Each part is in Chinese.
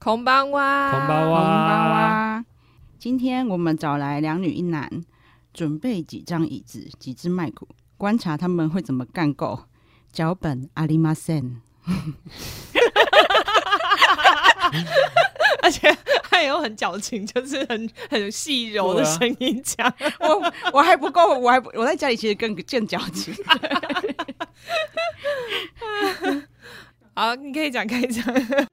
こんばんは， こんばんは。 今天我们找来2女1男，准备几张椅子、几支麦克，观察他们会怎么干够。脚本ありません。 而且还有很矫情，就是很细柔的声音讲。 我还不够，我在家里其实更矫情。 好，你可以讲，可以讲。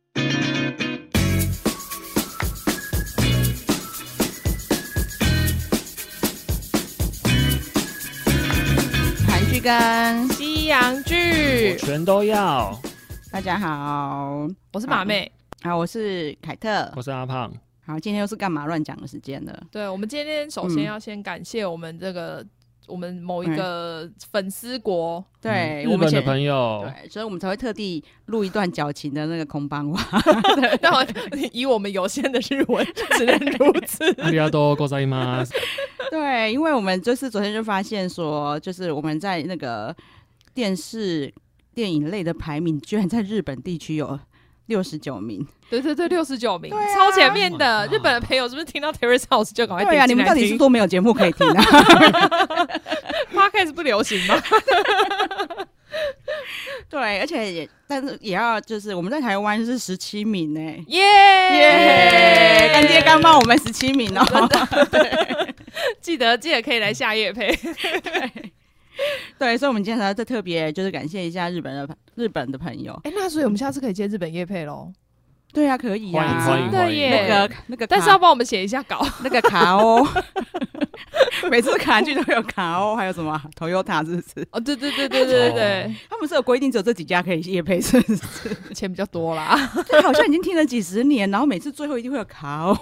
韩剧跟西洋剧， 我全都要。 大家好， 我是马妹。 好，我是凯特， 我是阿胖。 好，今天又是干嘛乱讲的时间了。 对，我们今天首先要先感谢我们我们某一个粉丝国， 对， 日本的朋友， 对，所以我们才会特地录一段矫情的那个空邦话。 但以我们有限的日文，只能如此。 ありがとうございます。 对，因为我们就是昨天就发现说，就是我们在那个电影类的排名，居然在日本地区有69名。 对对对，69名， 啊， 超前面的。日本的朋友是不是听到 Terrace House 就赶快点进来听？ 对啊，你们到底是多没有节目可以听啊 ？Podcast 不流行吗？ 对，而且但是也要就是我们在台湾是17名呢， 耶！ 干爹干妈我们17名哦， 对，记得可以来下业配。 对，所以我们今天才特别就是感谢一下日本的朋友。 那所以我们下次可以接日本业配咯。 对啊，可以啊， 欢迎真的耶！ 那个， 但是要帮我们写一下稿。 那个卡欧，每次卡剧都有卡欧，还有什么 Toyota 是不是？ 哦，对对对对对对， 他们是有规定只有这几家可以业配，是不是？ 钱比较多啦。 对，好像已经听了几10年，然后每次最后一定会有卡欧。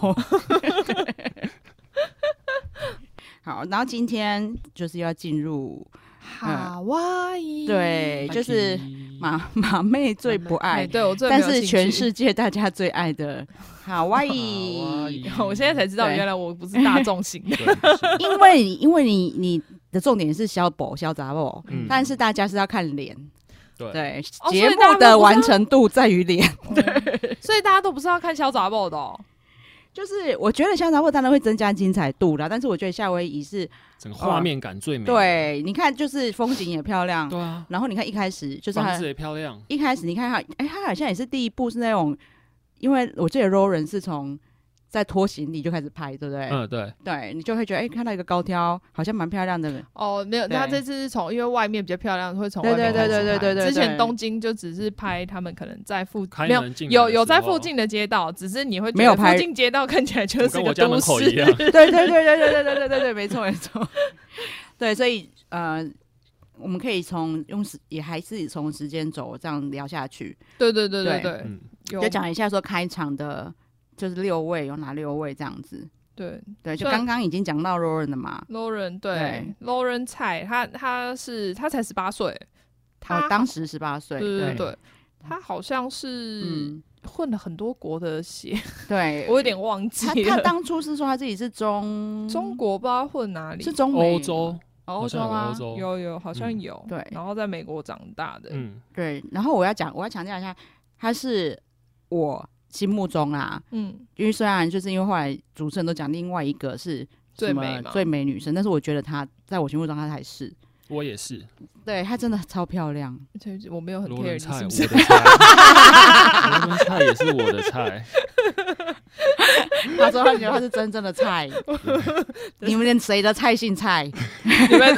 好，然后今天就是要进入夏威夷， 对，就是马妹最不爱， 对我最没有兴趣， 但是全世界大家最爱的夏威夷。 我现在才知道，原来我不是大众型的， 因为你的重点是小杂宝，但是大家是要看脸。对，节目的完成度在于脸，对， 所以大家都不是要看小杂宝的哦。 就是我觉得小杂宝当然会增加精彩度啦，但是我觉得夏威夷是整个画面感最美。 对，你看就是风景也漂亮， 对啊， 然后你看一开始就是房子也漂亮， 一开始你看他好像也是第一部是那种，因为我记得 Roland 是从在拖行李就开始拍，对不对？对，你就会觉得看到一个高挑好像蛮漂亮的。 哦，没有，他这次是因为外面比较漂亮，会从外面开始拍。之前东京就只是拍他们可能在没有在附近的街道，只是你会觉得附近街道看起来就是一个都市。 对，没错。对，所以我们可以也还是从时间轴这样聊下去。 对， 就讲一下说开场的。就是6位有哪6位这样子，对，就刚刚已经讲到 Lauren 了嘛 ，Lauren 对 Lauren 蔡他才18岁， 他当时18岁， 对，他好像是混了很多国的血， 对我有点忘记了。 他当初是说他自己是中国，不知道混哪里， 是中美欧洲吗？ 有好像有，对，然后在美国长大的， 对，然后我要强调一下，他是我心目中啊，因为虽然就是因为后来主持人都讲另外一个是最美女生，但是我觉得她在我心目中她才是， 我也是， 对她真的超漂亮。 我没有很 care 你是不是？ 罗伦菜也是我的菜。 他说他觉得他是真正的菜，你们谁的菜姓蔡？ 你们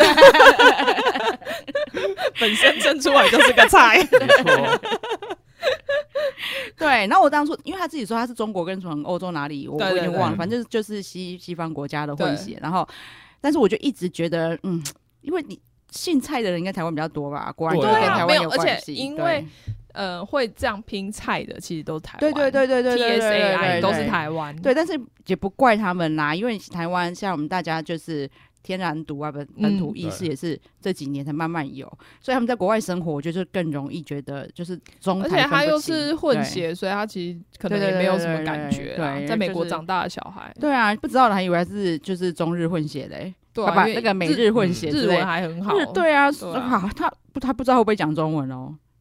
本身生出来就是个菜， 没错。 对，然后我当初因为他自己说他是中国跟从欧洲哪里，我已经忘了，反正就是西方国家的混血。然后，但是我就一直觉得，因为你姓蔡的人应该台湾比较多吧，果然就跟台湾有关系。 而且因为会这样拼菜的，其实都是台湾。 对 ，TSAI 都是台湾。 对，但是也不怪他们啦，因为台湾像我们大家就是天然独啊，本土意识也是这几年才慢慢有，所以他们在国外生活，我觉得就更容易觉得就是中台分不清， 而且他又是混血，所以他其实可能也没有什么感觉啦。在美国长大的小孩， 对啊，不知道的还以为是就是中日混血嘞， 对啊， 那个美日混血， 日文还很好， 对啊，好，他不知道会不会讲中文哦。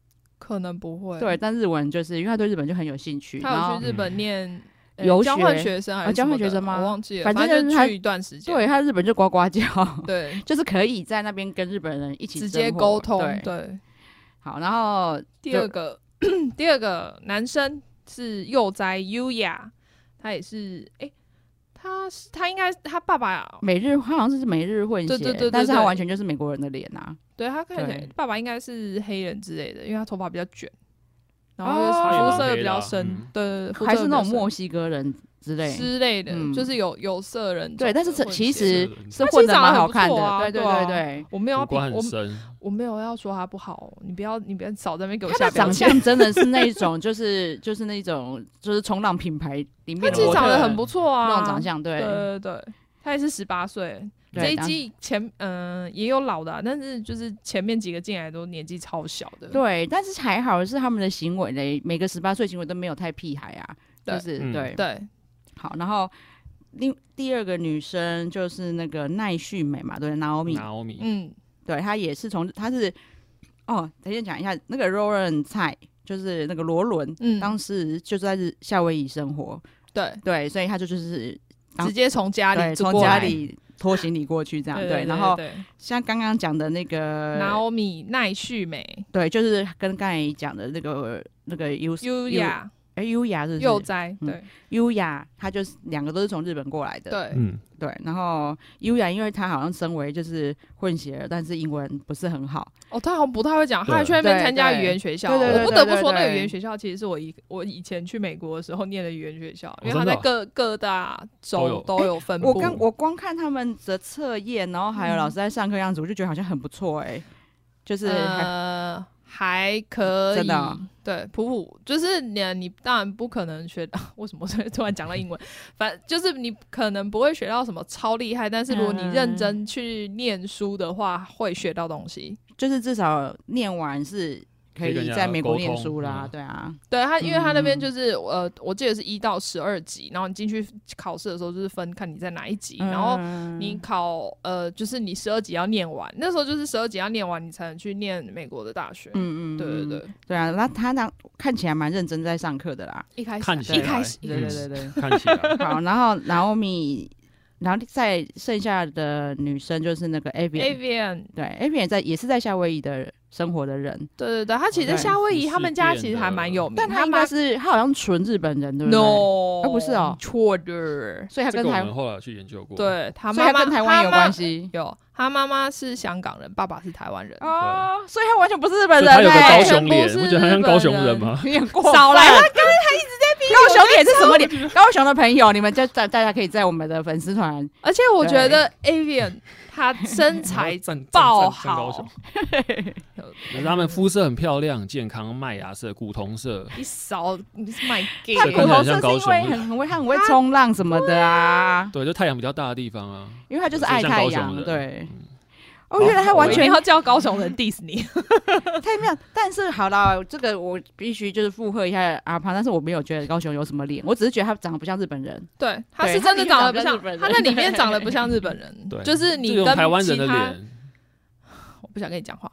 可能不会。 对，但日文就是因为他对日本就很有兴趣， 他有去日本念交换学生还是交换学生吗？ 我忘记了， 反正就去一段时间。 对，他日本就呱呱叫， 对， 就是可以在那边跟日本人一起直接沟通。对， 好，然后第二个男生是幼哉优雅，他也是他应该他爸爸他好像是美日混血，对，但是他完全就是美国人的脸啊。 对，他看起来爸爸应该是黑人之类的，因为他头发比较卷，然后肤色比较深，对， 还是那种墨西哥人之类的，就是有色人。 对，但是其实是混得蛮好看的，对。 我没有要我没有要说他不好，你不要少在那边给我下标签。 他的长相真的是那一种，就是那种就是冲浪品牌里面的， 他其实长得很不错啊， 那种长相，对， 他也是18岁。这一季也有老的啊，但是就是前面几个进来都年纪超小的。 对，但是还好是他们的行为呢，每个18岁行为都没有太屁孩啊，就是对。好，然后第二个女生就是那个奈绪美嘛，对，Naomi，对，她也是她是等一下讲一下那个 Lauren 蔡，就是那个罗伦，当时就是在夏威夷生活，对，所以她就是直接从家里拖行李过去这样，对，然后像刚刚讲的那个 Naomi 奈绪美， 对，就是跟刚才讲的那个优雅。优雅是幼哉，对， 优雅，他就是两个都是从日本过来的，对，然后优雅，因为他好像身为就是混血儿，但是英文不是很好， 他好像不太会讲，他还去那边参加语言学校，我不得不说那个语言学校其实是我以前去美国的时候念的语言学校，因为他在各大州都有分布。 我光看他们的测验，然后还有老师在上课样子，我就觉得好像很不错就是还可以， 真的对，普普就是你当然不可能学到，为什么突然讲到英文？反正就是你可能不会学到什么超厉害，但是如果你认真去念书的话，会学到东西， 就是至少念完是可以在美国念书啦，对啊， 对他，因为他那边就是我记得是1到12级，然后你进去考试的时候就是分看你在哪一级，然后你考就是你12级要念完，那时候就是12级要念完，你才能去念美国的大学。对啊， 那他看起来蛮认真在上课的啦， 一开始对， 看起来好，然后Naomi。然后在剩下的女生就是那个 Avian， 对 ，Avian 也是在夏威夷的生活的人， 对，他其实在夏威夷他们家其实还蛮有名， 但他应该是他好像纯日本人，对不对？ No， 不是错的， 所以他跟台湾后来去研究过， 对， 他妈妈跟台湾有关系， 有，他妈妈是香港人，爸爸是台湾人， 所以他完全不是日本人， 他有个高雄脸，不觉得他像高雄人吗？ 少来了，刚才他一直在逼高雄脸是什么脸？高雄的朋友，你们就大家可以在我们的粉丝团， 而且我觉得 Avian 他身材爆好， 可是他们肤色很漂亮，健康，麦芽色、古铜色， 一扫你是买 gay， 他古铜色是因为很会冲浪什么的啊， 对，就太阳比较大的地方啊， 因为他就是爱太阳，对。原来他完全要叫高雄人 diss 你， 太妙。但是好了，这个我必须就是附和一下阿胖，但是我没有觉得高雄有什么脸，我只是觉得他长得不像日本人。 对，他是真的长得不像，他在里面长得不像日本人，就是你跟台湾人的脸。 我不想跟你讲话。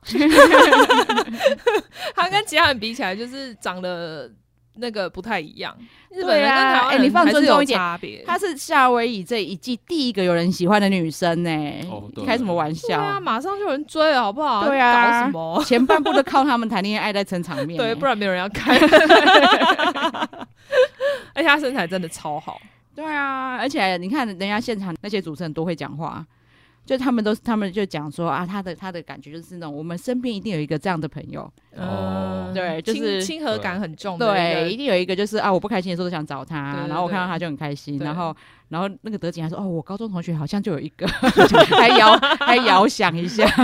他跟其他人比起来，就是长得那个不太一样。日本人跟台湾人还是有差别。 她是夏威夷这一季第一个有人喜欢的女生呢，开什么玩笑？对啊，马上就有人追了，好不好？ 对啊， 搞什么？ 前半部都靠他们谈恋爱在撑场面， 对，不然没有人要看。而且她身材真的超好。 对啊，而且你看人家现场那些主持人多会讲话。就他们就讲说啊，他的感觉就是那种我们身边一定有一个这样的朋友，对，就是亲和感很重的， 对，一定有一个就是啊，我不开心的时候都想找他，然后我看到他就很开心，然后那个德景还说我高中同学好像就有一个，还遥想一下，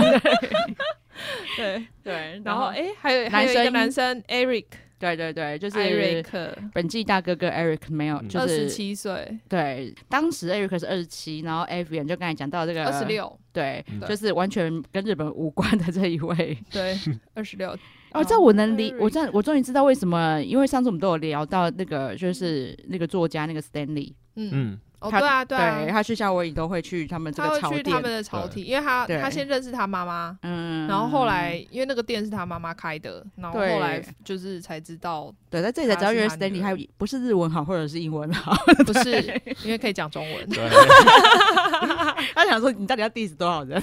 对，然后还有一个男生 Eric。 对，就是本季大哥哥 Eric 没有，就是 27岁。 对，当时 Eric 是27，然后 Avian 就刚才讲到这个 26， 对，就是完全跟日本无关的这一位。 对，26。 这我能理，我终于知道为什么，因为上次我们都有聊到那个，就是那个作家那个 Stanley， 哦，对啊， 对他去夏威夷都会去他们这个潮店， 他会去他们的潮体，因为他先认识他妈妈，然后后来因为那个店是他妈妈开的，然后后来就是才知道， 对，在这里才知道，因为 Stanley 还不是日文好，或者是英文好， 不是，因为可以讲中文。 对， 他想说你到底要 diss 多少人？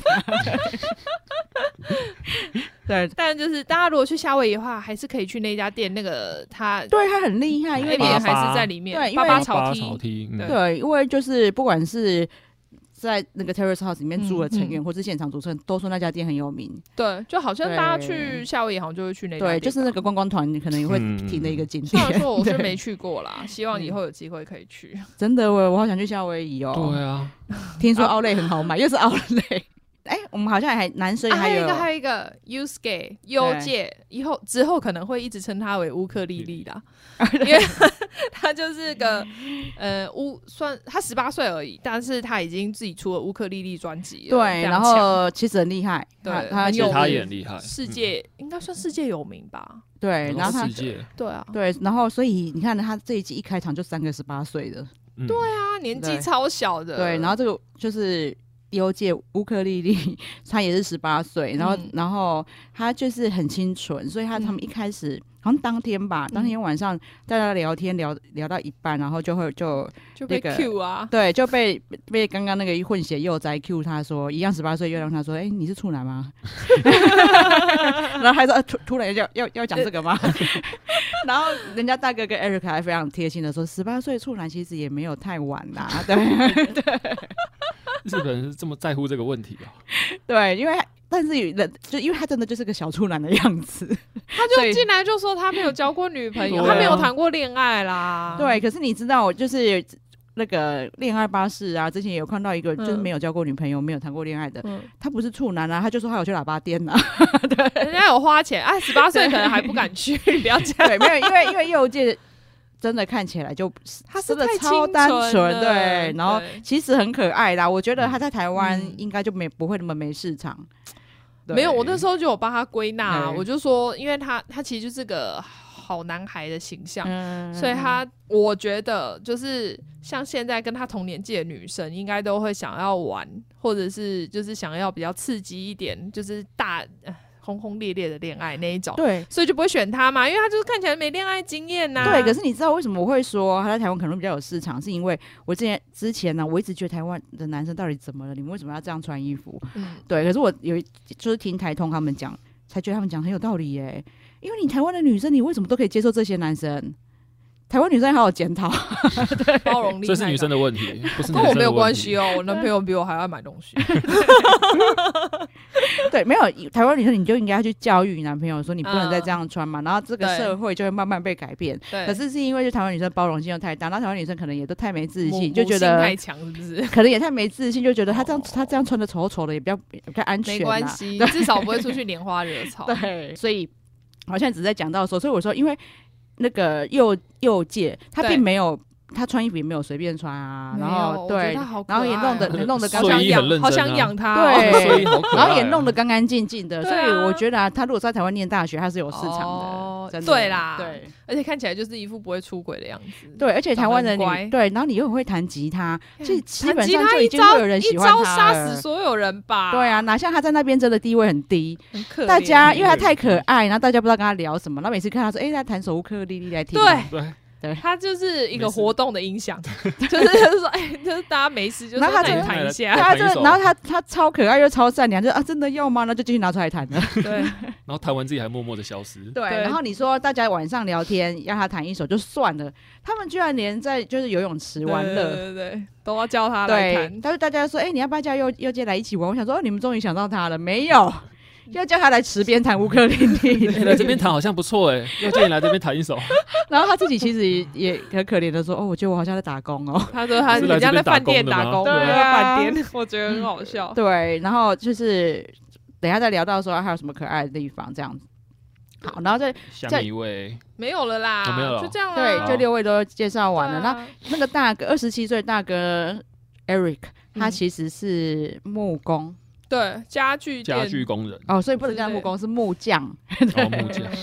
对， 但就是大家如果去夏威夷的话，还是可以去那家店，那个他很厉害，因为还是在里面， 对， 八八草梯， 对，因为就是不管是在那个 Terrace House 里面住的成员，或是现场主持人，都说那家店很有名。 对，就好像大家去夏威夷好像就会去那家店， 对，就是那个观光团可能也会停的一个景点。 虽然说我是没去过啦，希望以后有机会可以去。 真的，我好想去夏威夷哦。 对啊， 听说奥莱很好买，又是奥莱。我们好像还男生还有一个 Yusuke 优介，之后可能会一直称他为乌克丽丽啦，因为他就是个算他18岁而已，但是他已经自己出了乌克丽丽专辑了， 对，然后其实很厉害， 对， 他也很厉害， 世界应该算世界有名吧， 对，然后他对啊， 对，然后所以你看他这一集一开场就3个18岁的， 对啊，年纪超小的， 对，然后这个就是优介乌克丽丽，他也是18岁，然后他就是很清纯，所以他们一开始好像当天晚上大家聊天聊到一半，然后就被 Q 啊， 对，就被刚刚那个混血幼哉 Q 他说一样18岁，又让他说你是处男吗？然后还说突然要讲这个吗？然后人家大哥跟 Eric 还非常贴心的说18岁处男其实也没有太晚啦，对。 日本人是这么在乎这个问题啊？ 对，但是就因为他真的就是个小处男的样子， 他就进来就说他没有交过女朋友，他没有谈过恋爱啦。 对，可是你知道，我就是那个恋爱巴士啊，之前也有看到一个就是没有交过女朋友、没有谈过恋爱的，他不是处男啊，他就说他有去喇叭店啊， 对，人家有花钱，18岁可能还不敢去，不要这样。 对，没有，因为右界。真的看起来就他真的超单纯，对，然后其实很可爱啦。我觉得他在台湾应该就不会那么没市场。 没有，我那时候就有帮他归纳，我就说，因为他其实就是个好男孩的形象，所以我觉得就是像现在跟他同年纪的女生，应该都会想要玩，或者是就是想要比较刺激一点，就是轰轰烈烈的恋爱那一种， 对， 所以就不会选他嘛，因为他就是看起来没恋爱经验呐。 对，可是你知道为什么我会说他在台湾可能比较有市场，是因为我之前呢，我一直觉得台湾的男生到底怎么了？你们为什么要这样穿衣服？对，可是我就是听台通他们讲，才觉得他们讲很有道理耶。因为你台湾的女生，你为什么都可以接受这些男生？台湾女生还好检讨， 对，包容力， 这是女生的问题，不是跟我没有关系哦。我男朋友比我还爱买东西。 对，没有台湾女生，你就应该要去教育你男朋友说你不能再这样穿嘛，然后这个社会就会慢慢被改变。可是因为就台湾女生包容性又太大，然后台湾女生可能也都太没自信，就觉得太强是不是？ 可能也太没自信，就觉得他这样穿的丑丑的也比较安全， 没关系，至少不会出去拈花惹草。 对，所以好像只是在讲到说，所以我说因为。那个右界，他并没有，他穿衣服也没有随便穿啊，然后对，然后也弄得好想养他， 对，然后也弄得干干净净的，所以我觉得他如果在台湾念大学，他是有市场的， 对啦， 对， 而且看起来就是一副不会出轨的样子， 对，而且台湾人对，然后你又会弹吉他，就基本上就已经会有人喜欢他了， 一招杀死所有人吧， 对啊，哪像他在那边真的地位很低， 很可怜， 大家因为他太可爱，然后大家不知道跟他聊什么，然后每次看他说，他弹首乌克丽丽来听， 对， 他就是一个活动的音响，就是说，就是大家没事就在那里弹一下， 然后他超可爱又超善良，就真的要吗？那就继续拿出来弹了。 对， 然后弹完自己还默默的消失。 对，然后你说大家晚上聊天让他弹一首就算了，他们居然连在就是游泳池玩乐， 对，都要叫他来弹。 但是大家说，你要不要叫右介来一起玩？我想说，你们终于想到他了，没有。要叫他来池边弹乌克丽丽， 来这边弹好像不错要叫你来这边弹一首。 然后他自己其实也很可怜的说，我觉得我好像在打工哦。 他说他人家在饭店打工， 对啊，饭店，我觉得很好笑。 对，然后就是等一下再聊到说还有什么可爱的地方这样子。好，然后下一位没有了啦， 没有了， 就这样了。 对，就6位都介绍完了。那个大哥27岁大哥 Eric， 他其实是木工。 对，家具工人所以不能叫木工，是木匠。 木匠，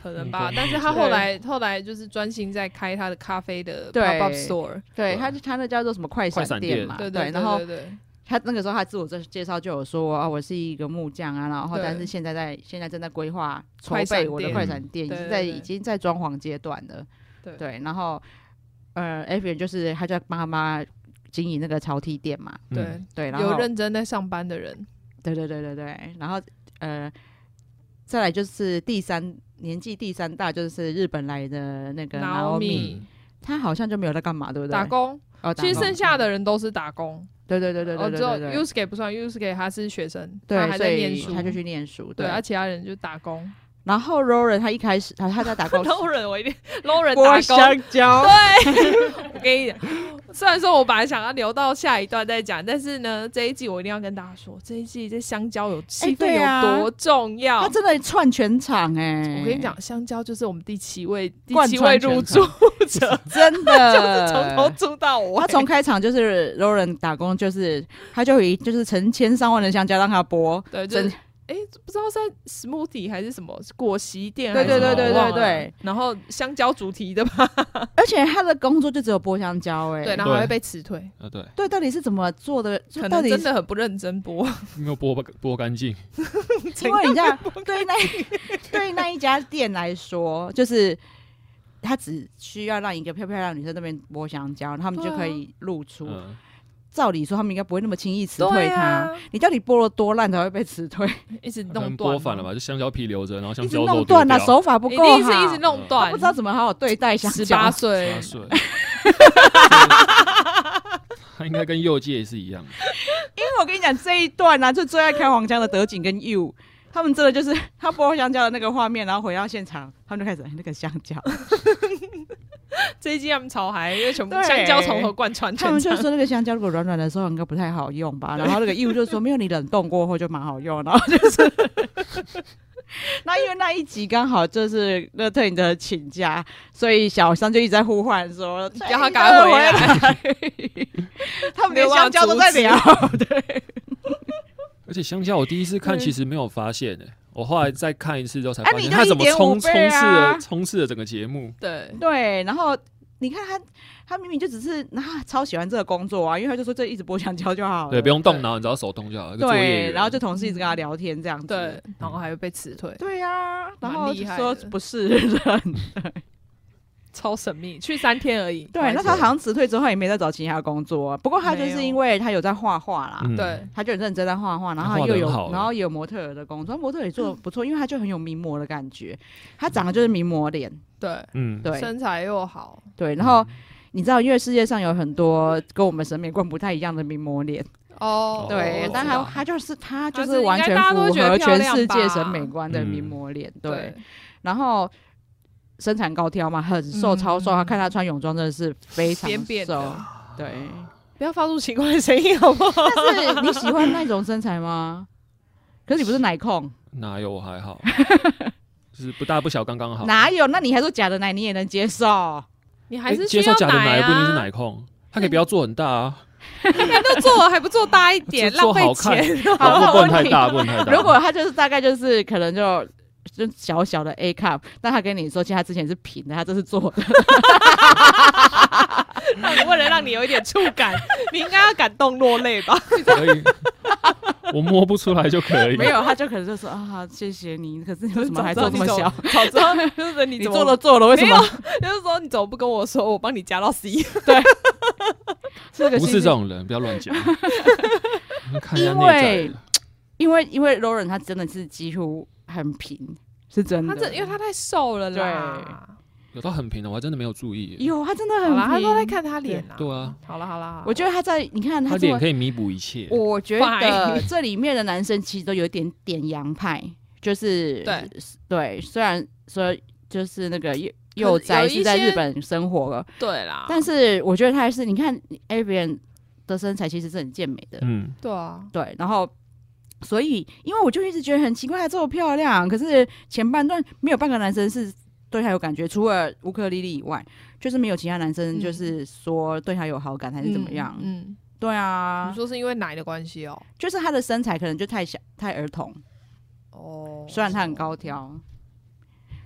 可能吧。但是他后来就是专心在开他的咖啡的 pop-up store， 对，他那叫做什么快闪店嘛，对，然后他那个时候他自我介绍就有说啊，我是一个木匠啊，然后但是现在正在规划筹备我的快闪店，已经在装潢阶段了，对，然后Evian 就是他就帮他妈经营那个潮梯店嘛，对，然后有认真在上班的人， 对，然后再来就是年纪第三大就是日本来的那个 Naomi， 他好像就没有在干嘛，对不对？ 打工。其实剩下的人都是打工。 对，只有 Yusuke 不算 ，Yusuke 他是学生， 对， 他还在念书， 他就去念书，对， 其他人就打工。 然后 Lauren 他一开始他在打工 ，Lauren 我一定 Lauren 打工香蕉， 对，我跟你讲，虽然说我本来想要留到下一段再讲，但是呢，这一季我一定要跟大家说，这一季这香蕉气氛有多重要， 他真的串全场我跟你讲，香蕉就是我们第七位入住者， 真的就是从头住到尾。 他从开场就是 Lauren 打工，就是他就是成千上万的香蕉让他剥， 对，不知道是在 smoothie 还是什么果昔店， 对， 然后香蕉主题的吧， 而且他的工作就只有剥香蕉， 对，然后还会被辞退， 对，到底是怎么做的？ 可能真的很不认真剥， 没有剥干净。 因为你看，对那一家店来说，就是他只需要让一个漂漂亮女生那边剥香蕉，他们就可以露出。照理说他们应该不会那么轻易辞退他，你到底剥了多烂才会被辞退？ 一直弄断， 剥反了吧？就香蕉皮留着，然后香蕉肉弄断了，手法不够好， 一直弄断， 不知道怎么好好对待香蕉。 18岁， 他应该跟右界是一样的。 因为我跟你讲这一段就最爱开黄腔的德景跟 You， 他们真的就是他剥香蕉的那个画面，然后回到现场，他们就开始那个香蕉。 这一季他们超嗨，因为全部香蕉从头贯穿全场。 他们就说那个香蕉如果软软的时候应该不太好用吧，然后那个义务就说没有，你冷冻过后就蛮好用，然后就是那因为那一集刚好就是乐特颖的请假，所以小三就一直在呼唤说叫他赶快回来。 他们连香蕉都在聊，对。 而且香蕉我第一次看其实没有发现我后来再看一次之后才发现， 他怎么冲刺了整个节目。 对，然后你看他明明就只是超喜欢这个工作啊，因为他就说这一直剥香蕉就好了， 对，不用动脑，你只要手动就好了。 对，然后就同事一直跟他聊天这样子， 对，然后还会被辞退。 对啊，然后就说不是人， 超神秘，去3天而已。 对，那他好像辞退之后也没再找其他工作，不过他就是因为他有在画画啦， 对， 他就很认真在画画，然后也有模特儿的工作，模特儿也做得不错，因为他就很有名模的感觉，他长得就是名模脸， 对，对，身材又好， 对，然后你知道，因为世界上有很多跟我们审美观不太一样的名模脸。对，但他就是完全符合全世界审美观的名模脸，对，然后身材高挑嘛，很瘦，超瘦。他看他穿泳装真的是非常瘦，对。 不要发出奇怪的声音好不好？ 但是你喜欢那种身材吗？可是你不是奶控， 哪有？我还好，就是不大不小，刚刚好。 哪有？那你还说假的奶，你也能接受？ 你还是接受假的奶，不一定是奶控，他可以不要做很大啊。 你看都做了，还不做大一点，浪费钱。 不能太大，不能太大。 如果他就是大概就是可能就小小的 A cup， 但他跟你说，其实他之前是平的，他这是做的。 为了让你有一点触感，你应该要感动落泪吧？ 可以，我摸不出来就可以。 没有，他就可能就说啊，谢谢你，可是你为什么还做这么小？ 早知道就是你做了，为什么？ 就是说你怎么不跟我说，我帮你加到 C？ 对， 不是这种人，不要乱讲。 因为 Lauren 他真的是几乎很平，是真的。 因为他太瘦了啦。 对。 有到很平的，我还真的没有注意。 有，他真的很平。 他都在看他脸啊。 对啊。 好了， 我觉得他在，你看他脸可以弥补一切。 我觉得这里面的男生其实都有点洋派，就是对，虽然说就是那个幼哉是在日本生活了， 对啦， 但是我觉得他还是，你看 Evian 的身材其实是很健美的， 对啊， 对，然后。所以，因为我就一直觉得很奇怪，她这么漂亮，可是前半段没有半个男生是对她有感觉，除了乌克丽丽以外，就是没有其他男生就是说对她有好感还是怎么样。对啊。 你说是因为奶的关系哦？ 就是她的身材可能就太小太儿童。虽然她很高挑。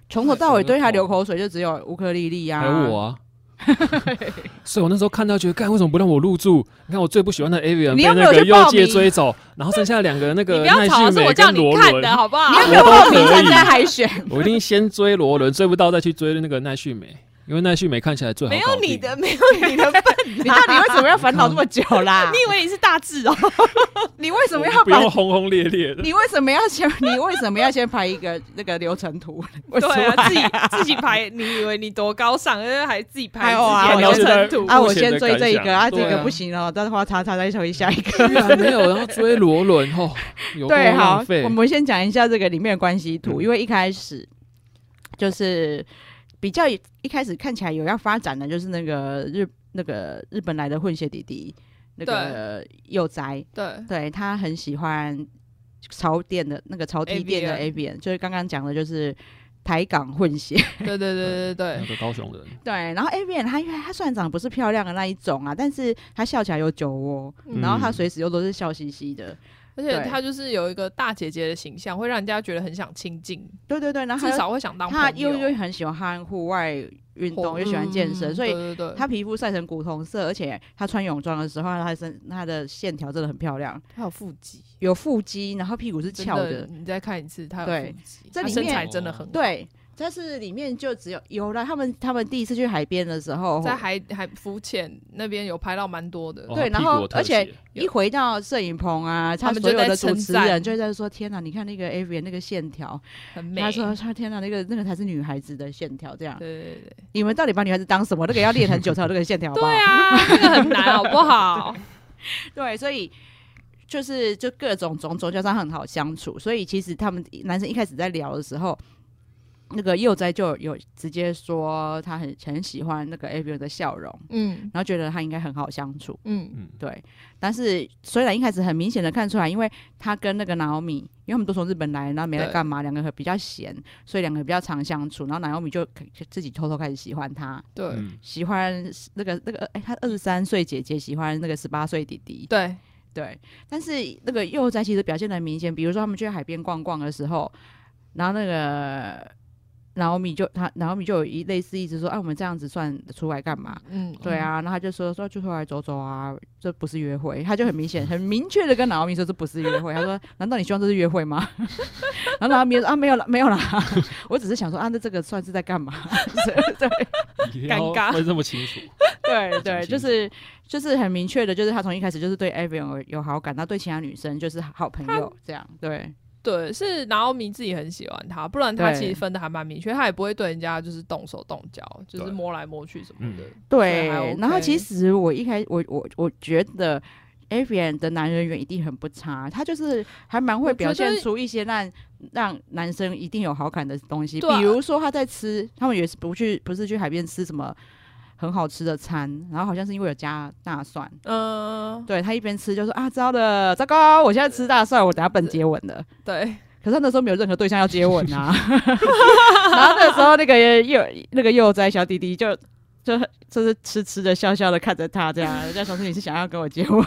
从头到尾对他流口水就只有乌克丽丽啊， 还有我啊。所以我那时候看到觉得，干为什么不让我入住？你看我最不喜欢的 Avian 被那个右界追走，然后剩下2个那个奈绪美跟罗伦， 好不好？ 你有没有报名参加海选？ 我一定先追罗伦，追不到再去追那个奈绪美。因为奈绪美看起来最好搞定， 没有你的笨， 你到底为什么要烦恼这么久啦？ 你以为你是大智哦？ 你为什么要不用轰轰烈烈的？ 你为什么要先排一个那个流程图？ 对啊，自己排，你以为你多高尚，还自己排自己的流程图啊？我先追这一个啊，这个不行哦，再花叉再追下一个。 居然没有，然后追罗伦哦， 对，好，我们先讲一下这个里面的关系图，因为一开始就是比较一开始看起来有要发展的，就是那个日本来的混血弟弟，那个佑哉，对，他很喜欢潮店的那个潮 T 店的 Avian， 就是刚刚讲的，就是台港混血， 对，那个高雄人， 对，然后 Avian 他因为他虽然长得不是漂亮的那一种啊，但是他笑起来有酒窝，然后他随时又都是笑嘻嘻的。 而且他就是有一个大姐姐的形象，会让人家觉得很想亲近。 对，然后至少会想当朋友。他又很喜欢户外运动，又喜欢健身，所以他皮肤晒成古铜色，而且他穿泳装的时候，他的线条真的很漂亮。 他有腹肌，然后屁股是翘的。 你再看一次，他有腹肌， 这里面身材真的很好。 对。但是里面就只有了他们第一次去海边的时候， 在海浮潜那边有拍到蛮多的， 对，然后而且一回到摄影棚啊，他们所有的主持人就在说：“天哪，你看那个 Avian 那个线条很美。” 他说：“天哪，那个才是女孩子的线条。”这样， 对， 你们到底把女孩子当什么？那个要练很久才有这个线条，好不好？ 对啊，那个很难，好不好？ 对，所以就各种种加上很好相处，所以其实他们男生一开始在聊的时候。那个佑哉就有直接说他很喜欢那个 Avian 的笑容，然后觉得他应该很好相处，对。但是虽然一开始很明显的看出来，因为他跟那个 Naomi， 因为他们都从日本来，然后没来干嘛，两个比较闲，所以两个比较常相处。然后 Naomi 就自己偷偷开始喜欢他， 对， 喜欢那个他23岁姐姐喜欢那个18岁弟弟，对。但是那个佑哉其实表现得很明显，比如说他们去海边逛逛的时候，然后那个。然后米就有类似意思说，我们这样子算出来干嘛？对啊，然后他就说就出来走走啊，这不是约会。他就很明确的跟然后米说这不是约会。他说，难道你希望这是约会吗？然后米说没有啦，我只是想说那这个算是在干嘛？对， 尴尬会这么清楚？ 对，就是很明确的，就是他从一开始就是对 Avian 有好感，然后对其他女生就是好朋友这样， 对，是Naomi自己很喜欢他，不然他其实分的还蛮明确，他也不会对人家就是动手动脚，就是摸来摸去什么的。 对，然后其实我觉得 Avian 的男人缘一定很不差，他就是还蛮会表现出一些让男生一定有好感的东西，比如说他在吃，他们也是不是去海边吃什么。很好吃的餐，然后好像是因为有加大蒜，对，他一边吃就说糟糕，我现在吃大蒜，我等下笨接吻了， 对， 可是他那时候没有任何对象要接吻啊，然后那时候那个幼哉小弟弟就是吃的笑笑的看着他这样，人家说你是想要跟我接吻，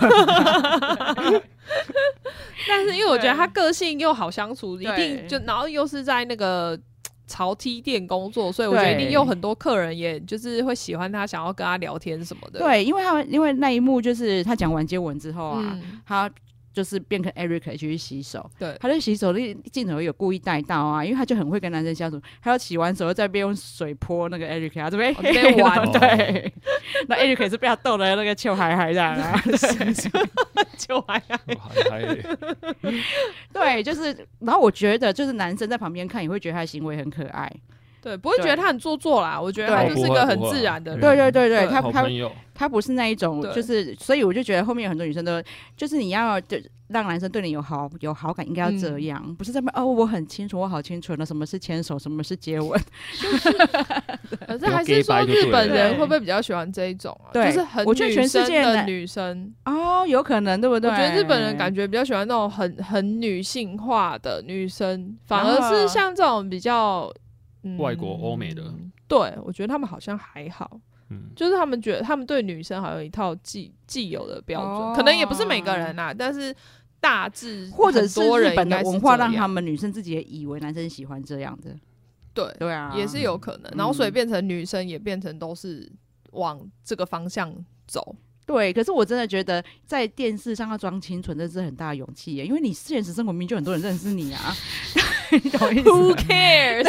但是因为我觉得他个性又好相处，一定就然后又是在那个。潮 T 店工作，所以我觉得一定有很多客人，也就是会喜欢他，想要跟他聊天什么的。 对，因为那一幕就是他讲完接吻之后啊，他就是变成 Eric 去洗手， 对， 他就洗手的镜头有故意带到啊，因为他就很会跟男生相处，他要洗完手又在边用水泼那个 Eric， 他这边玩，对，那 Eric 也是被他逗的那个臭嗨嗨这样啊，臭嗨嗨，对，就是，然后我觉得就是男生在旁边看也会觉得他的行为很可爱。 对，不会觉得他很做作啦，我觉得他就是个很自然的人。 对，他不是那一种，就是所以我就觉得后面有很多女生都，就是你要就让男生对你有好感，应该要这样，不是在那我很清楚，我好清楚了，什么是牵手，什么是接吻。 可是还是说日本人会不会比较喜欢这一种啊？ 对， 就是很我觉得全世界的女生有可能，对不对？ 我觉得日本人感觉比较喜欢那种很女性化的女生，反而是像这种比较。 外国欧美的， 对，我觉得他们好像还好，就是他们觉得他们对女生好像有一套既有的标准，可能也不是每个人啦，但是大致或者是日本的文化让他们女生自己也以为男生喜欢这样的。 对啊， 也是有可能。然后所以变成女生也变成都是往这个方向走。 对，可是我真的觉得在电视上要装清纯，这是很大的勇气耶，因为你现实生活明明就很多人认识你啊，你懂我意思 ？Who cares？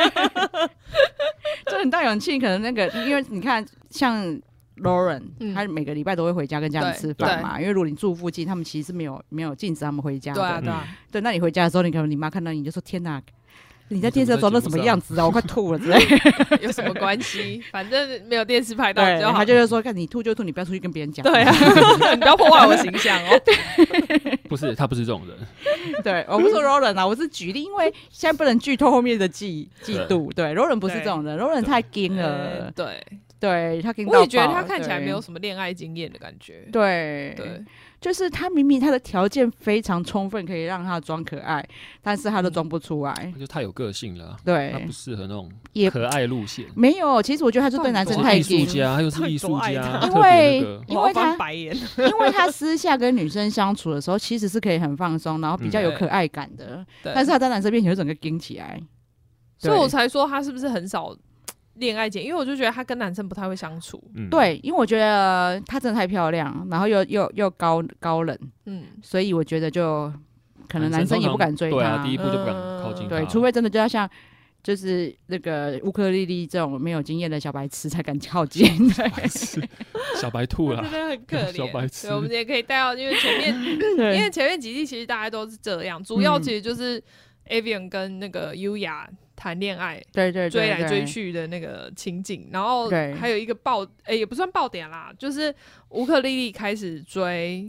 就很大勇气，可能那个，因为你看像 Lauren，他每个礼拜都会回家跟家人吃饭嘛，因为如果你住附近，他们其实是没有禁止他们回家的。 对啊，对啊。 对，那你回家的时候，你可能你妈看到你就说：“天哪！”你在电视装的什么样子啊？我快吐了之类的。 有什么关系？反正没有电视拍到就好。 他就是说，看你吐就吐，你不要出去跟别人讲。 对啊，你不要破坏我形象哦。 不是，他不是这种人。 对，我不是说 Roland 啊，我是举例，因为现在不能剧透后面的嫉妒。对 ，Roland 不是这种人 ，Roland 太硬了。对，他硬到爆。 我也觉得他看起来没有什么恋爱经验的感觉。 对。就是他明明他的条件非常充分，可以让他装可爱，但是他都装不出来， 就太有个性了。 对， 他不适合那种可爱路线。 没有，其实我觉得他是对男生太艺术家，他又是艺术家， 因为他私下跟女生相处的时候，其实是可以很放松，然后比较有可爱感的。但是他在男生面前就整个硬起来， 所以我才说他是不是很少恋爱经验，因为我就觉得他跟男生不太会相处。 对，因为我觉得他真的太漂亮，然后又高冷，所以我觉得就可能男生也不敢追他。 对啊，第一步就不敢靠近他。 对，除非真的就要像就是那个乌克丽丽这种没有经验的小白痴才敢靠近。 小白兔啦， 真的很可怜。 小白痴， 我们也可以带到，因为前面几季其实大家都是这样，主要其实就是 Avian 跟那个优雅谈恋爱， 对， 追来追去的那个情景，然后还有一个也不算爆点啦，就是乌克丽丽开始追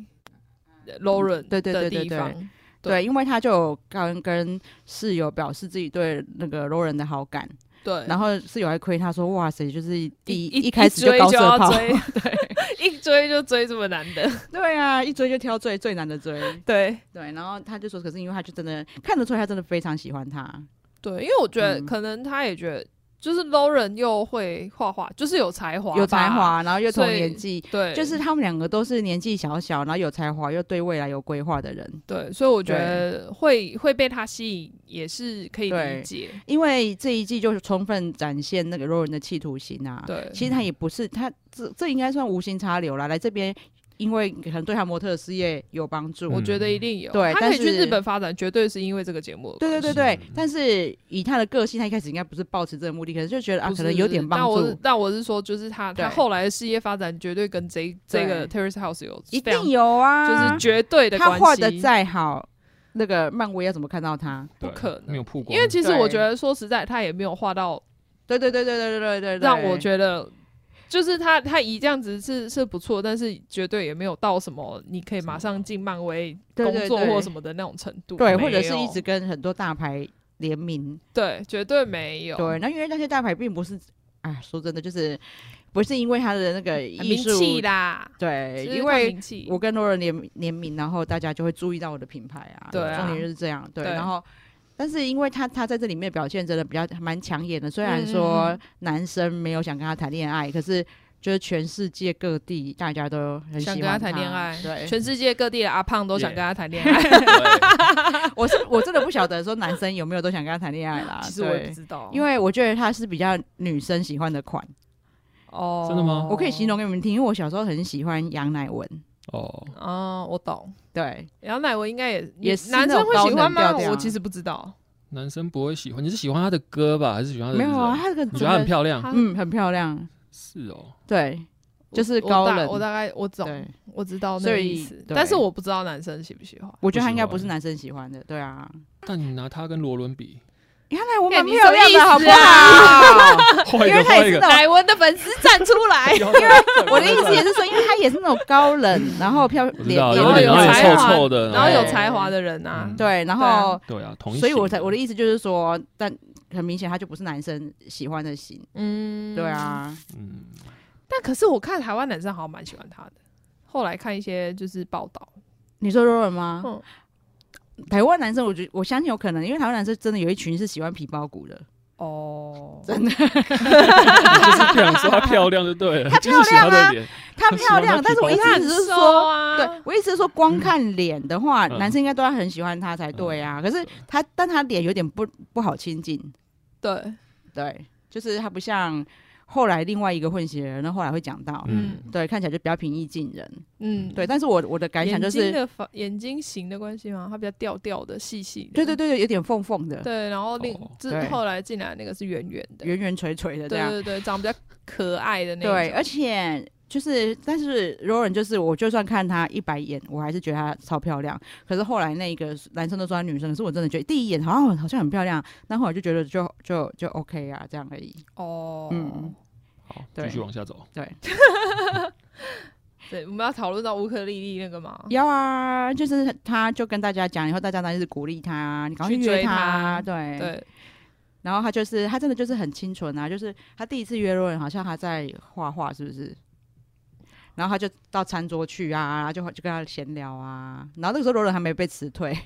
Lauren 的地方。 对，因为他就有跟室友表示自己对那个 Lauren 的好感， 对， 然后室友还亏他说：“哇塞，就是一开始就高射炮， 对，一追就追这么难的， 对啊，一追就挑最难的追， 对， 然后他就说，可是因为他就真的看得出来，他真的非常喜欢他。” 对，因为我觉得可能他也觉得，就是 Lauren 又会画画，就是有才华， 然后又同年纪， 对， 就是他们两个都是年纪小，然后有才华又对未来有规划的人。 对，所以我觉得会被他吸引也是可以理解， 因为这一季就充分展现那个 Lauren 的企图心啊。 对， 其实他也不是他这应该算无心插柳啦，来这边。因为可能对他模特的事业有帮助， 我觉得一定有。 对， 他可以去日本发展，绝对是因为这个节目。 对。但是以他的个性，他一开始应该不是抱持这个目的，可是就觉得可能有点帮助。 但我是说，就是他后来的事业发展，绝对跟这个 Terrace House 有一定有啊， 就是绝对的关系。 他画的再好，那个漫威要怎么看到他？ 不可能， 没有曝光。 因为其实我觉得，说实在，他也没有画到。 对， 让我觉得。就是他以这样子是不错，但是绝对也没有到什么你可以马上进漫威工作或什么的那种程度， 对，或者是一直跟很多大牌联名， 对，绝对没有。 对，那因为那些大牌并不是，说真的，就是不是因为他的那个艺术名气啦， 对，因为我跟Lauren联名，然后大家就会注意到我的品牌啊， 对啊， 重点就是这样，对，然后。但是因为他在这里面表现真的比较蛮抢眼的，虽然说男生没有想跟他谈恋爱，可是就是全世界各地大家都很喜欢想跟他谈恋爱， 对， 全世界各地的阿胖都想跟他谈恋爱。 我真的不晓得说男生有没有都想跟他谈恋爱啦， 其实我也不知道， 因为我觉得他是比较女生喜欢的款。 哦，真的吗？ 我可以形容给你们听，因为我小时候很喜欢杨乃文。 我懂。 对， 杨乃文应该也是男生会喜欢吗？我其实不知道。 男生不会喜欢，你是喜欢他的歌吧，还是喜欢他的人？ 没有啊，他这个你觉得他很漂亮？ 很漂亮。 是哦。 对，就是高冷。 我大概我懂，我知道那个意思，但是我不知道男生喜不喜欢。 我觉得他应该不是男生喜欢的，对啊。 但你拿他跟罗伦比。 原来我蛮漂亮的，好不好？因为他也是乃文的粉丝站出来。因为我的意思也是说，因为他也是那种高冷，然后脸然后有才华的， 然后有才华的人啊。 对，然后对啊， 所以我的意思就是说，但很明显他就不是男生喜欢的型。对啊， 但可是我看台湾男生好像蛮喜欢他的。后来看一些就是报道， 你说Lauren吗？台湾男生，我相信有可能，因为台湾男生真的有一群是喜欢皮包骨的。真的。 就是不想说她漂亮就对了， 她漂亮啊，她漂亮，但是我意思只是说，对我意思是说，光看脸的话，男生应该都要很喜欢她才对啊。可是但她脸有点不好亲近。 对。 对，就是他不像后来另外一个混血人，那后来会讲到，对，看起来就比较平易近人，对。但是我的感想就是眼睛型的关系吗？他比较吊吊的、细细的， 对对对，有点缝缝的， 对。然后后来进来那个是圆圆的、 圆圆垂垂的这样， 对对对，长得比较可爱的那种。 对，而且就是，但是 Lauren 就是，我就算看她100眼，我还是觉得她超漂亮。可是后来那个男生都说她女生，可是我真的觉得第一眼好像很漂亮，但后来就觉得就 OK 啊，这样而已。 好，继续往下走。 对， 对，我们要讨论到乌克丽丽那个吗？ 要啊，就是他就跟大家讲，以后大家当然是鼓励他，你赶快去约他，对。然后他真的就是很清纯啊，就是他第一次约Lauren，好像他在画画，是不是？然后他就到餐桌去啊，就跟他闲聊啊。然后那个时候Lauren还没被辞退，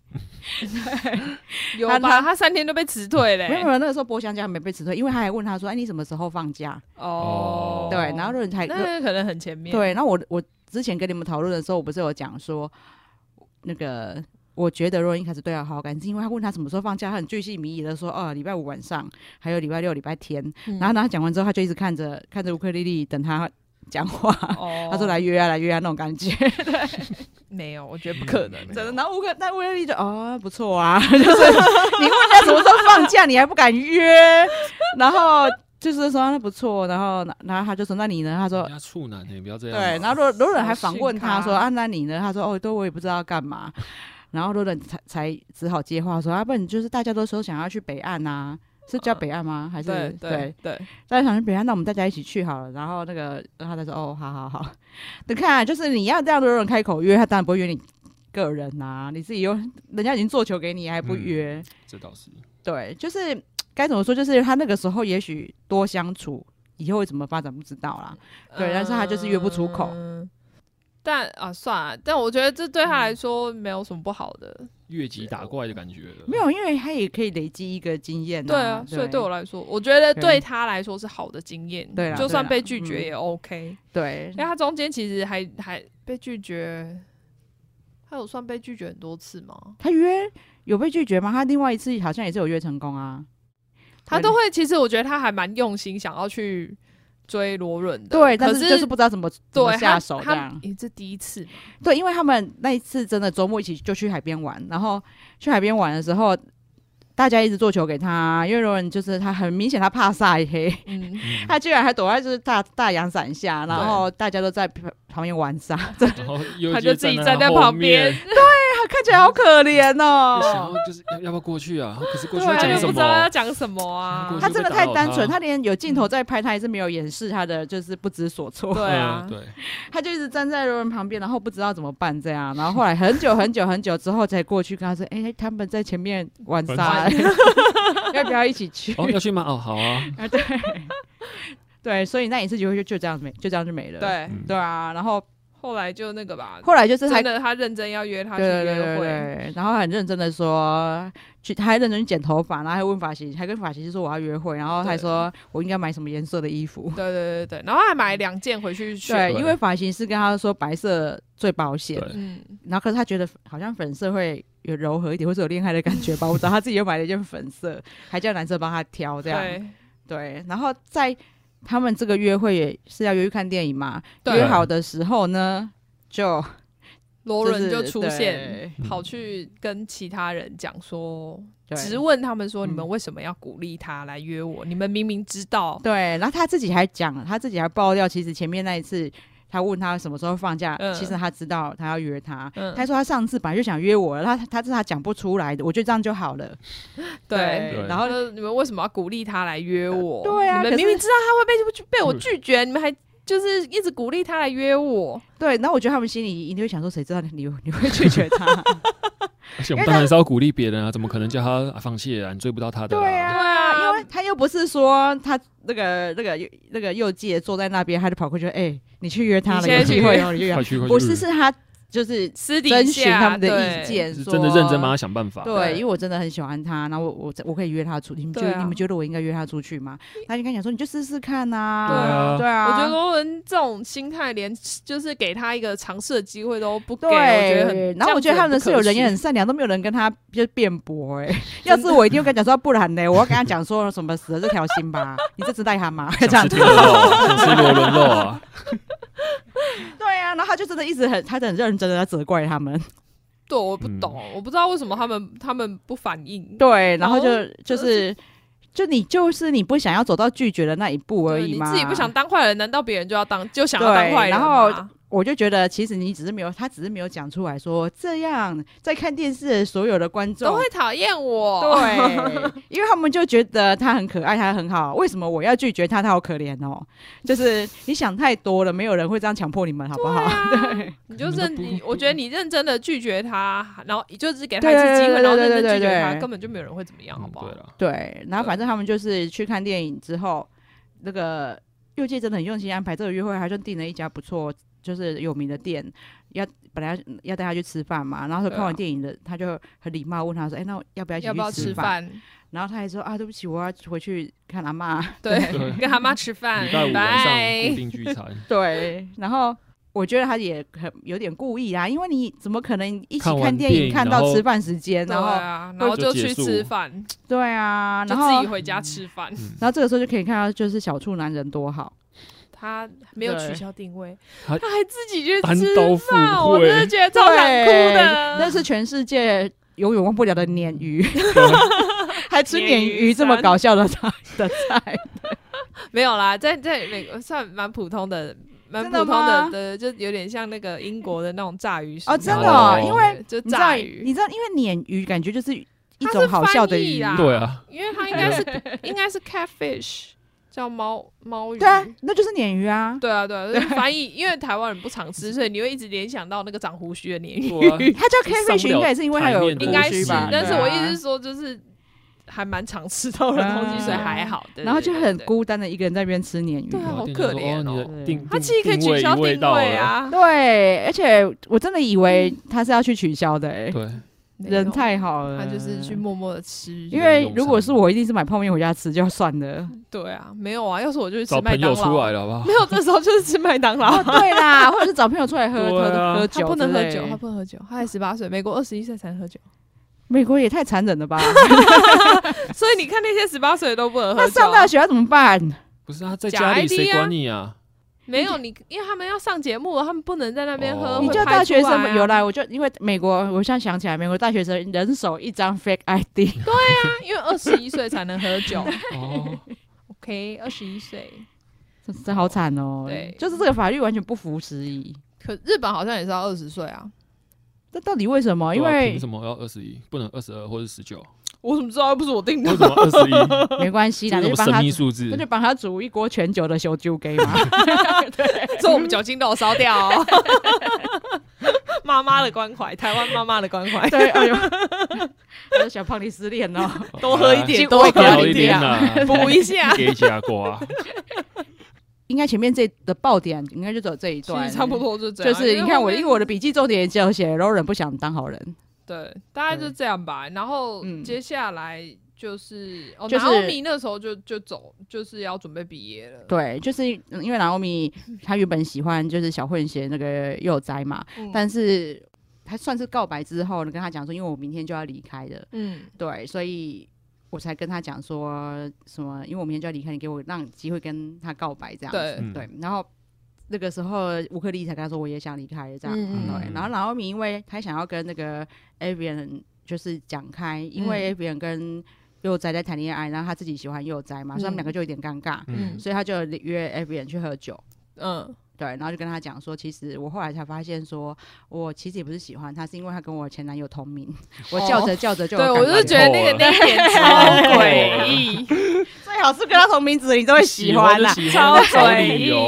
有吧？他3天就被辞退嘞。 没有，那个时候波香家还没被辞退，因为他还问他说：“哎，你什么时候放假？”哦，对。然后Lauren才那可能很前面。 对，然后我之前跟你们讨论的时候，我不是有讲说那个。我觉得Lauren一开始对他好感，是因为他问他什么时候放假，他很巨细靡遗的说，礼拜5晚上，还有礼拜6、礼拜天。然后他讲完之后，他就一直看着乌克丽丽等他讲话。他说来约啊那种感觉。对， 没有，我觉得不可能， 真的。然后乌克丽丽就不错啊，就是你问他什么时候放假，你还不敢约，然后。就是说那不错，然后他就说那你呢？他说人家处男不要这样。 对，然后Lauren还反问他说那你呢？他说对，我也不知道干嘛。然后Lauren才只好接话说不然就是大家都说想要去北岸啊，是叫北岸吗？还是对， 大家想去北岸，那我们大家一起去好了。然后他才说好。你看，就是你要这样的Lauren开口约，他当然不会约你个人啊，你自己人家已经做球给你还不约， 这倒是对， 就是。该怎么说？就是他那个时候也许多相处，以后会怎么发展不知道啦。对，但是他就是约不出口。 但算了，但我觉得这对他来说没有什么不好的。 越级打怪的感觉了。 没有，因为他也可以累积一个经验。 对啊，所以对我来说，我觉得对他来说是好的经验。对，就算被拒绝也 OK。 对， 因为他中间其实还被拒绝，他有算被拒绝很多次吗？ 他有被拒绝吗？他另外一次好像也是有约成功啊。 他都会，其实我觉得他还蛮用心，想要去追Lauren的。 对，但是就是不知道怎么下手这样。 这第一次嘛。 对，因为他们那一次真的周末一起就去海边玩，然后去海边玩的时候，大家一直做球给他，因为Lauren就是他很明显他怕晒黑，他居然还躲在就是大阳伞下，然后大家都在旁边玩沙， 他就自己站在旁边。 对。看起来好可怜哦， 就是要不要过去啊？可是过去要讲什么？ 不知道要讲什么啊！ 他真的太单纯，他连有镜头在拍，他还是没有掩饰他的就是不知所措。 对啊， 对， 他就一直站在Lauren旁边，然后不知道怎么办这样，然后后来很久之后才过去跟他说：“他们在前面玩沙，要不要一起去？” 要去吗？好啊。 对，所以那一次就这样就没了。对啊，然后。 后来就那个吧， 后来就是真的，他认真要约他去约会， 对，然后很认真的说，他还认真去剪头发，然后还问发型，还跟发型师说我要约会，然后还说我应该买什么颜色的衣服， 对，然后还买2件回去选， 对，因为发型师跟他说白色最保险，然后可是他觉得好像粉色会有柔和一点，或是有恋爱的感觉吧，我知道他自己又买了一件粉色，还叫男生帮他挑这样，对，然后在。他们这个约会也是要约去看电影嘛？约好的时候呢，就 Lauren就出现，跑去跟其他人讲说，质问他们说，你们为什么要鼓励他来约我？你们明明知道。 对，然后他自己还爆料，其实前面那一次。他问他什么时候放假，其实他知道他要约他。他说他上次本来就想约我了，他是他讲不出来的，我觉得这样就好了。 对，然后你们为什么要鼓励他来约我？ 对啊， 你们明明知道他会被我拒绝，你们还就是一直鼓励他来约我。 对，然后我觉得他们心里一定会想说，谁知道你会拒绝他？ 而且我们当然是要鼓励别人啊，怎么可能叫他放弃啊？你追不到他的。 对啊，因为他又不是说他那个右介坐在那边，他就跑过去，你去约他了，有机会哦，你就约。不是，是他就是私底下征询他们的意见， 真的认真帮他想办法。 对，因为我真的很喜欢他，然后我可以约他出去，你们觉得我应该约他出去吗？他就跟他讲说，你就试试看啊。对啊， 我觉得罗文这种心态，连就是给他一个尝试的机会都不给，我觉得很。 然后我觉得他们的室友人也很善良，都没有人跟他就辩驳。要是我一定会跟他讲说，不然呢，我要跟他讲说什么死了这条心吧，你这只癞蛤蟆这样子。 想吃螺轮肉啊。 对啊，然后他就真的一直他很认真的在责怪他们。 对，我不懂，我不知道为什么他们不反应。 对，然后就是你不想要走到拒绝的那一步而已吗？ 你自己不想当坏人，难道别人就想要当坏人吗？ 然后我就觉得，其实他只是没有讲出来说，这样在看电视的所有的观众都会讨厌我。 对，因为他们就觉得他很可爱，他很好，为什么我要拒绝他？他好可怜哦。就是你想太多了，没有人会这样强迫你们，好不好？对， 你就我觉得你认真的拒绝他，然后就是给他一次机会，然后认真拒绝他，根本就没有人会怎么样，好不好？ 对，然后反正他们就是去看电影之后，那个佑介真的很用心安排这个约会，还就订了一家不错。就是有名的店，本来要带他去吃饭嘛，然后看完电影的，他就很礼貌问他说：“那要不要一起去吃饭？”然后他还说：“对不起，我要回去看阿嬷。” 对，跟阿嬷吃饭， 礼拜5晚上固定聚餐。 对，然后我觉得他也有点故意啊，因为你怎么可能一起看电影看到吃饭时间，然后就去吃饭？ 对啊， 然后自己回家吃饭。 然后这个时候就可以看到，就是小处男人多好。 他没有取消定位，他还自己去吃饭， 我真的觉得超想哭的。 那是全世界永远忘不了的鲶鱼，还吃鲶鱼这么搞笑的菜。 没有啦，在美国算蛮普通的，就有点像那个英国的那种炸鱼哦，真的，因为就炸鱼，你知道，因为鲶鱼感觉就是一种好笑的鱼啦， 对啊， 因为它应该是 catfish。叫猫鱼， 对啊，那就是鲶鱼啊。 对啊，翻译，因为台湾人不常吃，所以你会一直联想到那个长胡须的鲶鱼。 它叫 catfish，应该也是因为它有应该是吧？ 但是我意思是说，就是还蛮常吃到的东西，所以还好。 然后就很孤单的一个人在那边吃鲶鱼， 对，好可怜哦。 他其实可以取消定位啊。 对，而且我真的以为他是要去取消的， 对。 人太好了， 他就是去默默的吃。 因为如果是我，一定是买泡面回家吃就算了。 对啊，没有啊，要是我就去吃麦当劳。 找朋友出来了，好不好？ 没有，这时候就是吃麦当劳。 对啦，或者是找朋友出来喝酒。 他不能喝酒，他不能喝酒，他才18岁，美国21岁才能喝酒。 美国也太残忍了吧！ 所以你看那些18岁都不能喝酒， 他上大学要怎么办？ 不是他在家里谁管你啊？ 没有你，因为他们要上节目，他们不能在那边喝。 你叫大学生有来，我就因为美国，我现在想起来，美国大学生人手一张 fake ID。对啊，因为21岁才能喝酒。哦 ，OK， 21岁， 这好惨哦。 对， 就是这个法律完全不符时宜。 可日本好像也是要20岁啊。 这到底为什么？因为凭什么要21，不能22或者19？ 我怎么知道？又不是我定的。 为什么21？ 没关系啦， 那就神秘数字， 那就帮他煮一锅全酒的烧酒给嘛。 对，所以我们酒精都有烧掉哦。妈妈的关怀，台湾妈妈的关怀。 对，哎呦，小胖你失恋哦， 多喝一点，多喝一点，补一下。 给加瓜。 应该前面这的爆点应该就走这一段， 差不多就这样。 就是你看因为我的笔记重点就写柔人不想当好人。 对，大概就这样吧。然后接下来就是拿欧米那时候就走，就是要准备毕业了。 对，就是因为拿欧米他原本喜欢就是小混血那个幼哉嘛，但是他算是告白之后呢，跟他讲说，因为我明天就要离开了，对，所以我才跟他讲说什么，因为我明天就要离开，你给我让机会跟他告白这样子，对，然后。那个时候乌克丽才跟他说我也想离开这样，对。然后拿欧米因为他想要跟那个 Avian 就是讲开，因为 Avian 跟幼哉在谈恋爱，然后他自己喜欢幼哉嘛，所以他们两个就有点尴尬，所以他就约 Avian 去喝酒，对，然后就跟他讲说，其实我后来才发现说，我其实也不是喜欢他，是因为他跟我前男友同名，我叫着叫着就有对我就觉得那点超诡异， 最好是跟他同名字你都会喜欢啦， 超诡异。 对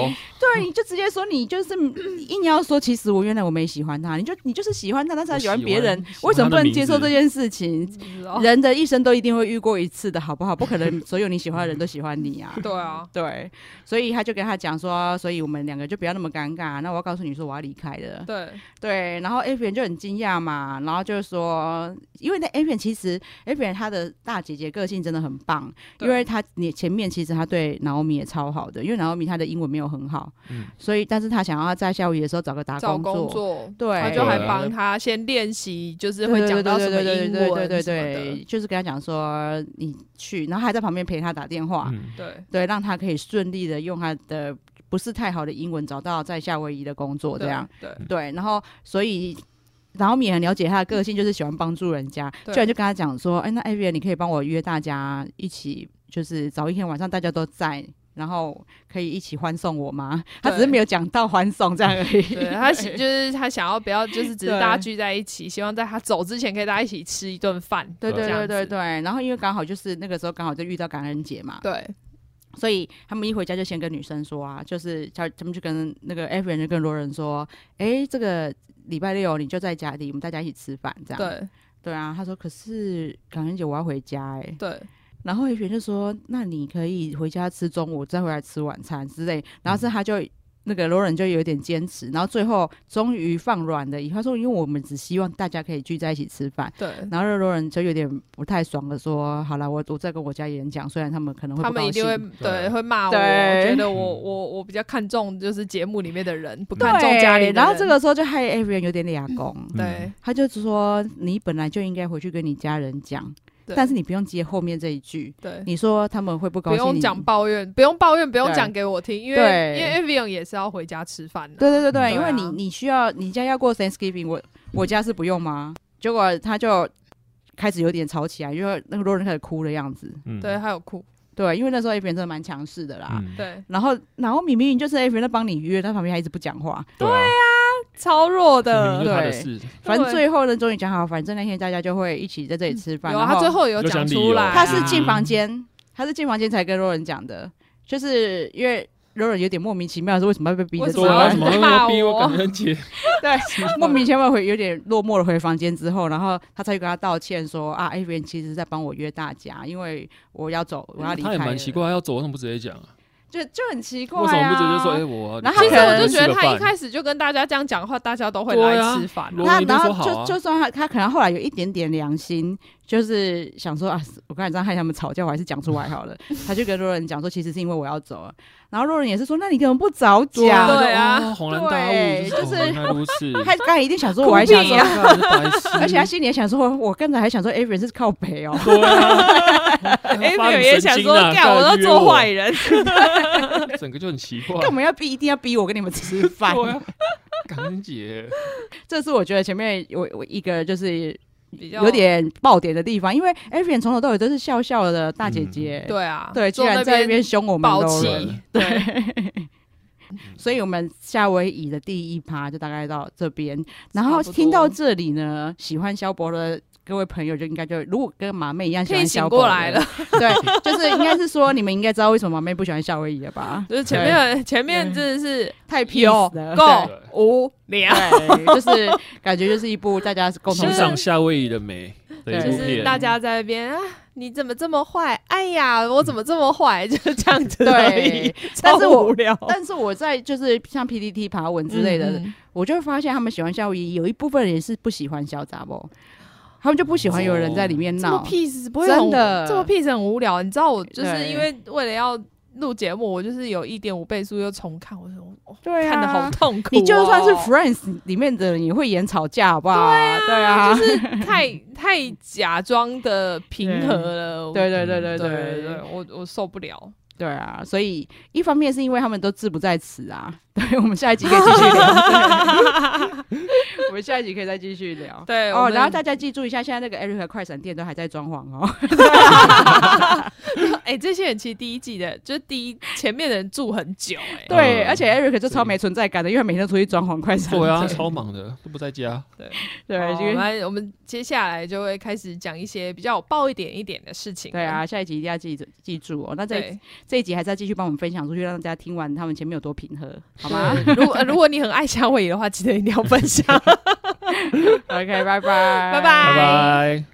对，你就直接说你就是硬要说，其实原来我没喜欢他，你就是喜欢他，但是他喜欢别人，为什么不能接受这件事情？人的一生都一定会遇过一次的，好不好？不可能所有你喜欢的人都喜欢你啊。 对啊， 对，所以他就跟他讲说，所以我们两个就不要那么尴尬，那我要告诉你说我要离开了。对，然后 Avian 就很惊讶嘛，然后就说，因为那 Avian 其实 Avian 他的大姐姐个性真的很棒，因为他前面其实他对Naomi也超好的，因为Naomi他的英文没有很好，所以但是他想要在夏威夷的时候找个工作，对， 他就还帮他先练习，就是会讲到什么英文， 对，就是跟他讲说你去，然后还在旁边陪他打电话，对，让他可以顺利的用他的不是太好的英文找到在夏威夷的工作，这样，对，然后所以。然后也很了解他的个性，就是喜欢帮助人家。居然就跟他讲说：“哎，那 Avian 你可以帮我约大家一起，就是找一天晚上大家都在，然后可以一起欢送我吗？”他只是没有讲到欢送这样而已。 对，他就是他想要不要就是只是大家聚在一起，希望在他走之前可以大家一起吃一顿饭。 对。然后因为刚好就是那个时候刚好就遇到感恩节嘛。 对。 所以他们一回家就先跟女生说啊，就是他们就跟那个 Avian 就跟罗人说：“哎，这个。”礼拜六你就在家里，我们大家一起吃饭，这样。对啊，他说可是感恩节我要回家对。 然后Avian就说，那你可以回家吃中午，再回来吃晚餐之类。然后是他就那个罗人就有点坚持，然后最后终于放软了。他说，因为我们只希望大家可以聚在一起吃饭。 对。 然后罗人就有点不太爽的说，好了，我再跟我家里人讲，虽然他们可能会不高兴， 他们一定会会骂我，觉得我比较看重就是节目里面的人，不看重家里的人。 然后这个时候就害 Avian 有点俩公， 对， 他就说你本来就应该回去跟你家人讲。但是你不用接后面这一句， 对， 你说他们会不高兴， 不用讲抱怨，不用讲给我听，因为 Avian 也是要回家吃饭的。 对，因为你需要你家要过 Thanksgiving， 我家是不用吗？结果他就开始有点吵起来，因为那个罗人开始哭的样子。 对，他有哭。 对，因为那时候 Avian 真的蛮强势的啦。 对， 然后明明就是 Avian 在帮你约，他旁边还一直不讲话。 对啊。超弱的， 对， 反正最后呢，终于讲好，反正那天大家就会一起在这里吃饭。 他最后有讲出来， 他是进房间才跟罗人讲的，就是因为罗人有点莫名其妙，是为什么要被逼着吃饭？ 为什么要逼我感恩节？ 对，莫名其妙有点落寞的回房间之后，然后他才跟他道歉说啊 ，Avian 其实在帮我约大家，因为我要走，我要离开。 他也蛮奇怪，要走为什么不直接讲啊？ 就很奇怪啊， 为什么不直接说我？ 然后其实我就觉得他一开始就跟大家这样讲的话，大家都会来吃饭。 然后就算他可能后来有一点点良心，就是想说啊，我刚才这样害他们吵架，我还是讲出来好了。他就跟罗人讲说，其实是因为我要走了。然后罗人也是说，那你怎么不早讲？ 对啊， 恍然大悟，就是他刚才一定想说，我还想说，而且他心里也想说，我刚才还想说 ，Avian 是靠北哦。 对啊 ，Avian 也想说，干我要做坏人， 整个就很奇怪。 干嘛一定要逼我跟你们吃饭？ 感恩节， 这是我觉得前面我一个就是有点爆点的地方，因为 Avian 从头到尾都是笑笑的大姐姐， 对啊， 对，居然在那边凶我们都人， 对。 所以我们夏威夷的第一趴就大概到这边，然后听到这里呢，喜欢萧伯的各位朋友就应该如果跟马妹一样喜欢萧伯过来了， 对，就是应该是说你们应该知道为什么马妹不喜欢夏威夷了吧？ 就是前面真的是太 peace 了， 够无聊， 就是感觉就是一部大家共同欣赏夏威夷的美。 就是大家在那边啊，你怎么这么坏？哎呀，我怎么这么坏？就这样子而已。 但是我在就是像 PTT 爬文之类的，我就会发现他们喜欢夏威夷，有一部分人是不喜欢小杂包，他们就不喜欢有人在里面闹。 真的这么 peace 很无聊。你知道我就是因为为了要录节目，我就是有 1.5 倍速又重看，我说对啊， 看得好痛苦。 你就算是 Friends 里面的人也会演吵架，好不好？对啊， 就是太假装的平和了。对，我受不了。 对啊，所以一方面是因为他们都志不在此啊。对，我们下一集可以继续聊。 们下一集可以再继续聊。 对哦，然后大家记住一下，现在那个 Eric 快闪店都还在装潢哦。 这些人其实第一季的，就是前面的人住很久对，而且 Eric 就超没存在感的，因为每天都出去装潢快闪。 对啊，超忙的，都不在家。 对，我们接下来就会开始讲一些比较有爆一点的事情。 对啊，下一集一定要记住哦。那这一集还是要继续帮我们分享出去，让大家听完他们前面有多平和，好吗？ 如果你很爱夏威夷的话，记得一定要分享。 OK， 拜拜， 拜拜。